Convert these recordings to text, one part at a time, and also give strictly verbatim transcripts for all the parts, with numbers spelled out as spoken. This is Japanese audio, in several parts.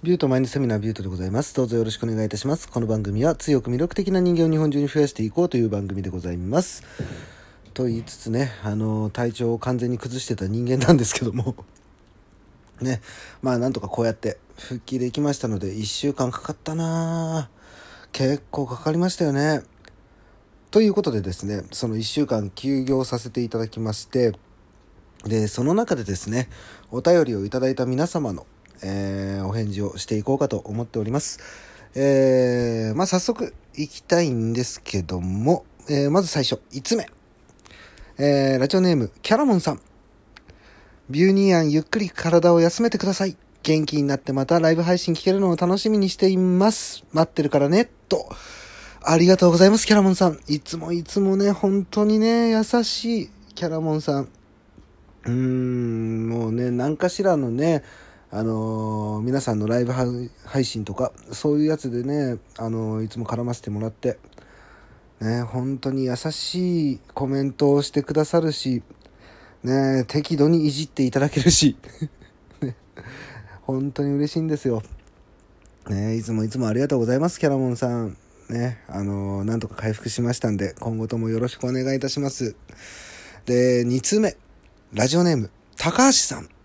ビュートマインドセミナービュートでございます。どうぞよろしくお願いいたします。この番組は強く魅力的な人間を日本中に増やしていこうという番組でございます。と言いつつね、あの体調を完全に崩してた人間なんですけどもね、まあなんとかこうやって復帰できましたので、いっしゅうかんかかったなぁ。結構かかりましたよね。ということでですね、そのいっしゅうかん休業させていただきまして、でその中でですね、お便りをいただいた皆様のえー、お返事をしていこうかと思っております。えー、まあ早速いきたいんですけども、えー、まず最初いつつめ、えー、ラジオネームキャラモンさん。ビューニーアン、ゆっくり体を休めてください。元気になってまたライブ配信聞けるのを楽しみにしています。待ってるからねと。ありがとうございます。キャラモンさん、いつもいつもね、本当にね、優しいキャラモンさん。うーんもうね、何かしらのね、あのー、皆さんのライブ配信とかそういうやつでね、あのー、いつも絡ませてもらってね、本当に優しいコメントをしてくださるしね、適度にいじっていただけるしね、本当に嬉しいんですよね。いつもいつもありがとうございます。キャラモンさんね、あのー、なんとか回復しましたんで、今後ともよろしくお願いいたします。でにつうめ、ラジオネーム高橋さん。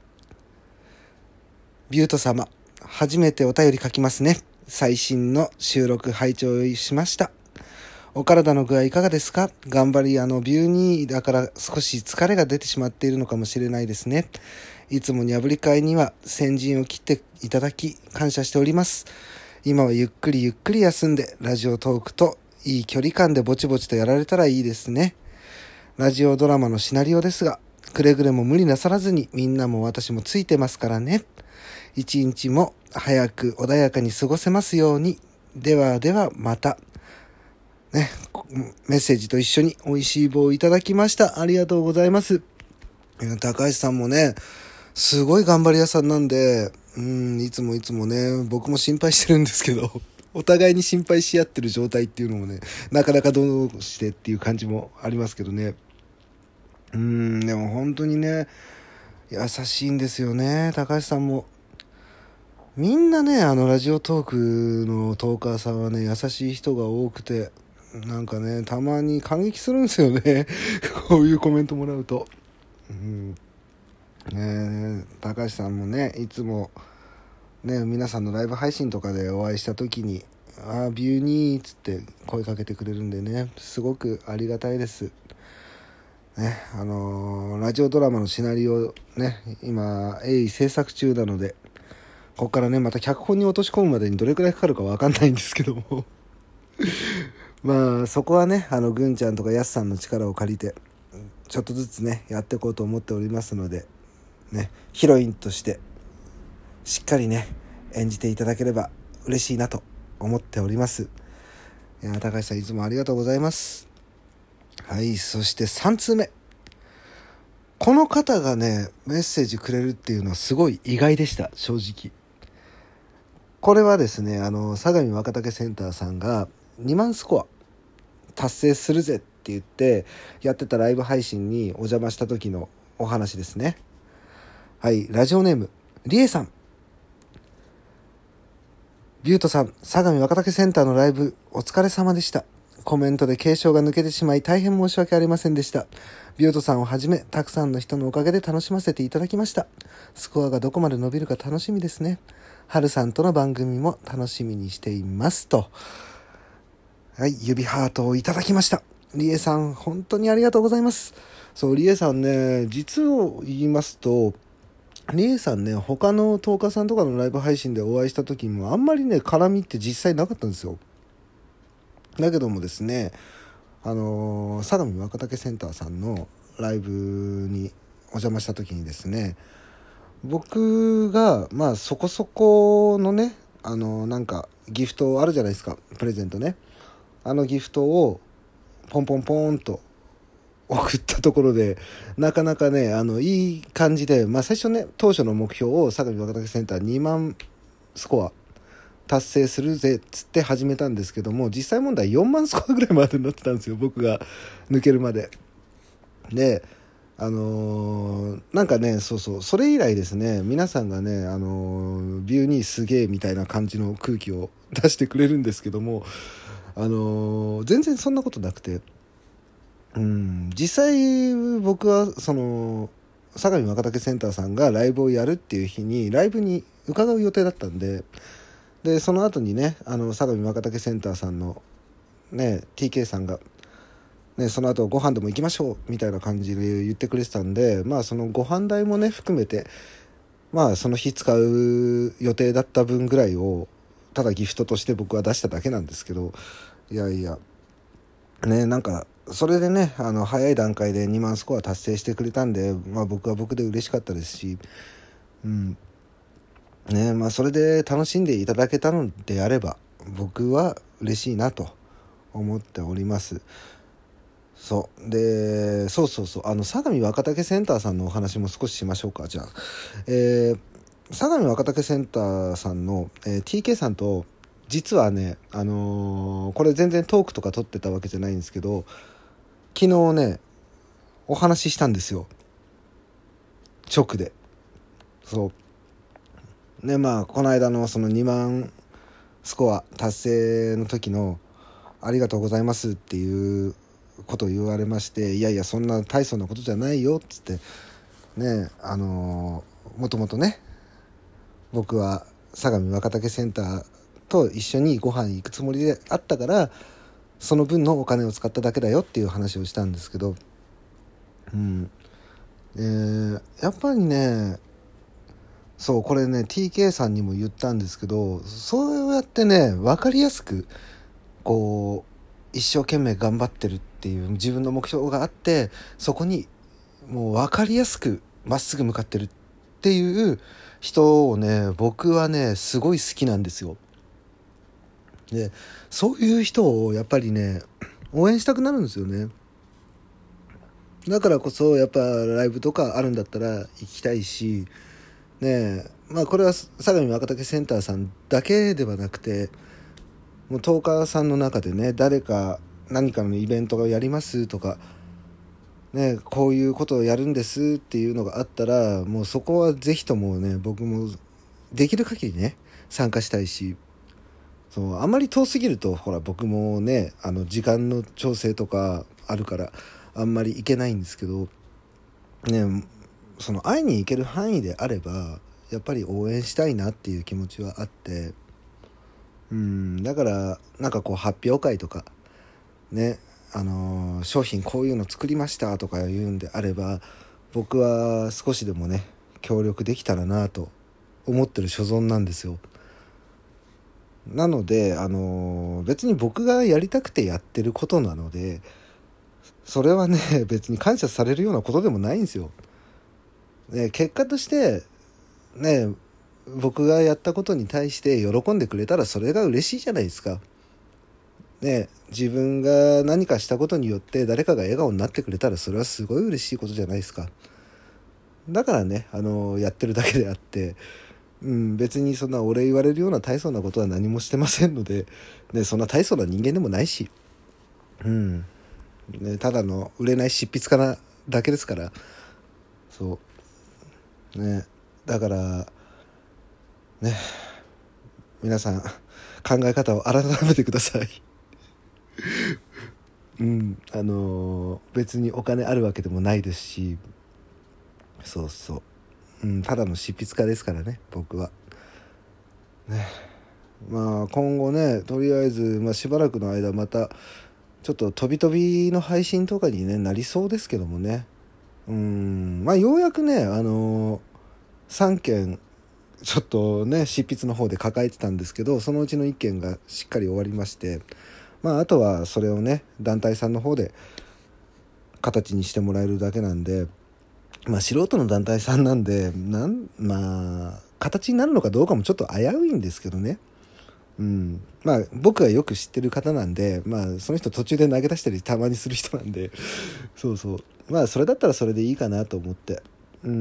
ビュート様、初めてお便り書きますね。最新の収録拝聴しました。お体の具合いかがですか？頑張り屋のビューニーだから少し疲れが出てしまっているのかもしれないですね。いつもにあぶり会には先陣を切っていただき感謝しております。今はゆっくりゆっくり休んでラジオトークといい距離感でぼちぼちとやられたらいいですね。ラジオドラマのシナリオですが、くれぐれも無理なさらずにみんなも私もついてますからね。一日も早く穏やかに過ごせますように。ではではまた。ね、メッセージと一緒に美味しい棒をいただきました。ありがとうございます。高橋さんもね、すごい頑張り屋さんなんで、うん、いつもいつもね、僕も心配してるんですけど、お互いに心配し合ってる状態っていうのもね、なかなかどうしてっていう感じもありますけどね。うん、でも本当にね、優しいんですよね、高橋さんも。みんなね、あのラジオトークのトーカーさんはね、優しい人が多くて、なんかね、たまに感激するんですよねこういうコメントもらうと、うんね、高橋さんもね、いつもね、皆さんのライブ配信とかでお会いした時に、あービューニーっつって声かけてくれるんでね、すごくありがたいですね。あのー、ラジオドラマのシナリオね、今鋭意制作中なので、ここからね、また脚本に落とし込むまでにどれくらいかかるかわかんないんですけどもまあそこはね、あのぐんちゃんとかやすさんの力を借りてちょっとずつねやっていこうと思っておりますのでね、ヒロインとしてしっかりね演じていただければ嬉しいなと思っております。いや、高橋さんいつもありがとうございます。はい、そしてさんつうめ、この方がねメッセージくれるっていうのはすごい意外でした。正直これはですね、あの相模若竹センターさんがにまんスコア達成するぜって言ってやってたライブ配信にお邪魔した時のお話ですね。はい、ラジオネームりえさん。ビュートさん、相模若竹センターのライブお疲れ様でした。コメントで継承が抜けてしまい大変申し訳ありませんでした。ビュートさんをはじめたくさんの人のおかげで楽しませていただきました。スコアがどこまで伸びるか楽しみですね。はるさんとの番組も楽しみにしていますと。はい、指ハートをいただきました。リエさん本当にありがとうございます。そう、リエさんね、実を言いますとリエさんね、他のトーカーさんとかのライブ配信でお会いした時にもあんまりね絡みって実際なかったんですよ。だけどもですね、あのー、相模若竹センターさんのライブにお邪魔した時にですね、僕がまあそこそこのね、あのー、なんかギフトあるじゃないですか、プレゼントね。あのギフトをポンポンポーンと送ったところで、なかなかね、あのいい感じで、まあ最初ね、当初の目標を相模若竹センターにまんスコア達成するぜっつって始めたんですけども、実際問題よんまんスコアぐらいまでになってたんですよ、僕が抜けるまで。で、 あのー、なんかね、そうそう、それ以来ですね、皆さんがね、あのー、ビューにすげえみたいな感じの空気を出してくれるんですけども、あのー、全然そんなことなくて、うん、実際僕はその相模若竹センターさんがライブをやるっていう日にライブに伺う予定だったんで、でその後にね、あの相模若竹センターさんのね ティーケー さんがね、その後ご飯でも行きましょうみたいな感じで言ってくれてたんで、まあそのご飯代もね含めて、まあその日使う予定だった分ぐらいをただギフトとして僕は出しただけなんですけど、いやいやね、なんかそれでね、あの早い段階でにまんスコア達成してくれたんで、まあ僕は僕で嬉しかったですし、うんね、まあそれで楽しんでいただけたのであれば僕は嬉しいなと思っております。そうで、そうそうそう、あの相模若竹センターさんのお話も少ししましょうか。じゃあ、えー、相模若竹センターさんの、えー、ティーケー さんと実はね、あのー、これ全然トークとか撮ってたわけじゃないんですけど、昨日ねお話ししたんですよ、直で。そうね、まあこの間のそのにまんスコア達成の時のありがとうございますっていうことを言われまして、いやいやそんな大層なことじゃないよっつってね、あのー、もともとね僕は相模若竹センターと一緒にご飯行くつもりであったから、その分のお金を使っただけだよっていう話をしたんですけど、うんえー、やっぱりね、そうこれね ティーケー さんにも言ったんですけど、そうやってね分かりやすくこう一生懸命頑張ってるっていう自分の目標があって、そこにもう分かりやすくまっすぐ向かってるっていう人をね僕はねすごい好きなんですよ。でそういう人をやっぱりね応援したくなるんですよね。だからこそやっぱライブとかあるんだったら行きたいしねえ、まあこれは相模若竹センターさんだけではなくて、もうトーカーさんの中でね誰か何かのイベントがやりますとかね、こういうことをやるんですっていうのがあったら、もうそこはぜひともね僕もできる限りね参加したいし、そうあんまり遠すぎるとほら僕もねあの時間の調整とかあるからあんまり行けないんですけどね、その会いに行ける範囲であればやっぱり応援したいなっていう気持ちはあって、うんだからなんかこう発表会とかね、あのー商品こういうの作りましたとか言うんであれば僕は少しでもね協力できたらなと思ってる所存なんですよ。なので、あのー別に僕がやりたくてやってることなので、それはね別に感謝されるようなことでもないんですよ。ね、結果としてね僕がやったことに対して喜んでくれたらそれが嬉しいじゃないですか。ね、自分が何かしたことによって誰かが笑顔になってくれたらそれはすごい嬉しいことじゃないですか。だからね、あのやってるだけであって、うん、別にそんなお礼言われるような大層なことは何もしてませんので、ね、そんな大層な人間でもないし、うんね、ただの売れない執筆家なだけですから。そうね、だからね、皆さん考え方を改めてくださいうんあのー別にお金あるわけでもないですし、そうそう、うん、ただの執筆家ですからね僕はね。まあ今後ねとりあえず、まあ、しばらくの間またちょっと飛び飛びの配信とかに、ね、なりそうですけどもね、うんまあようやくね、あのー、さんけんちょっとね執筆の方で抱えてたんですけど、そのうちのいっけんがしっかり終わりまして、まああとはそれをね団体さんの方で形にしてもらえるだけなんで、まあ素人の団体さんなんでなんまあ形になるのかどうかもちょっと危ういんですけどね。うん、まあ僕がよく知ってる方なんで、まあその人途中で投げ出したりたまにする人なんでそうそう、まあそれだったらそれでいいかなと思って、うん、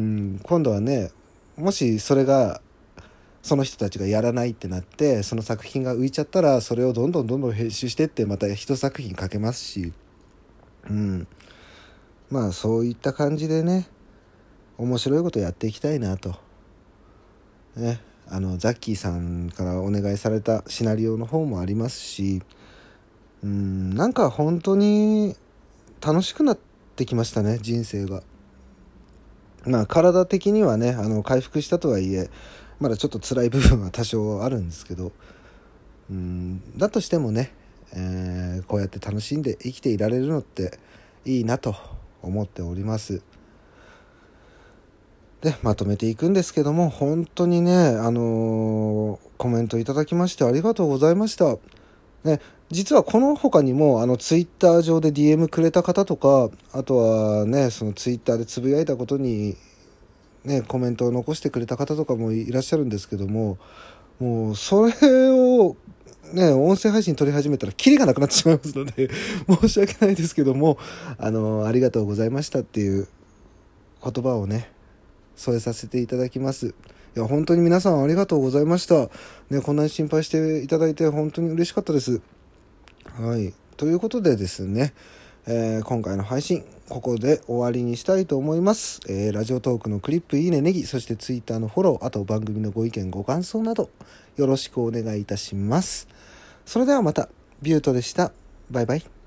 今度はねもしそれがその人たちがやらないってなってその作品が浮いちゃったらそれをどんどんどんどん編集してってまた一作品書けますし、うんまあそういった感じでね、面白いことやっていきたいなとね。あのザッキーさんからお願いされたシナリオの方もありますし、うーんなんか本当に楽しくなってきましたね、人生が。まあ体的にはね、あの回復したとはいえまだちょっと辛い部分は多少あるんですけど、うーんだとしてもね、えーこうやって楽しんで生きていられるのっていいなと思っております。でまとめていくんですけども、本当にね、あのーコメントいただきましてありがとうございました。ね、実はこの他にもあのツイッター上で ディーエム くれた方とか、あとはねそのツイッターでつぶやいたことにねコメントを残してくれた方とかもいらっしゃるんですけども、もうそれをね音声配信取り始めたらキリがなくなってしまいますので申し訳ないですけども、あのありがとうございましたっていう言葉をね添えさせていただきます。いや本当に皆さんありがとうございました、ね、こんなに心配していただいて本当に嬉しかったです。はい、ということでですね、えー今回の配信ここで終わりにしたいと思います。えーラジオトークのクリップいいねネギ、そしてツイッターのフォロー、あと番組のご意見ご感想などよろしくお願いいたします。それではまた。ビュートでした。バイバイ。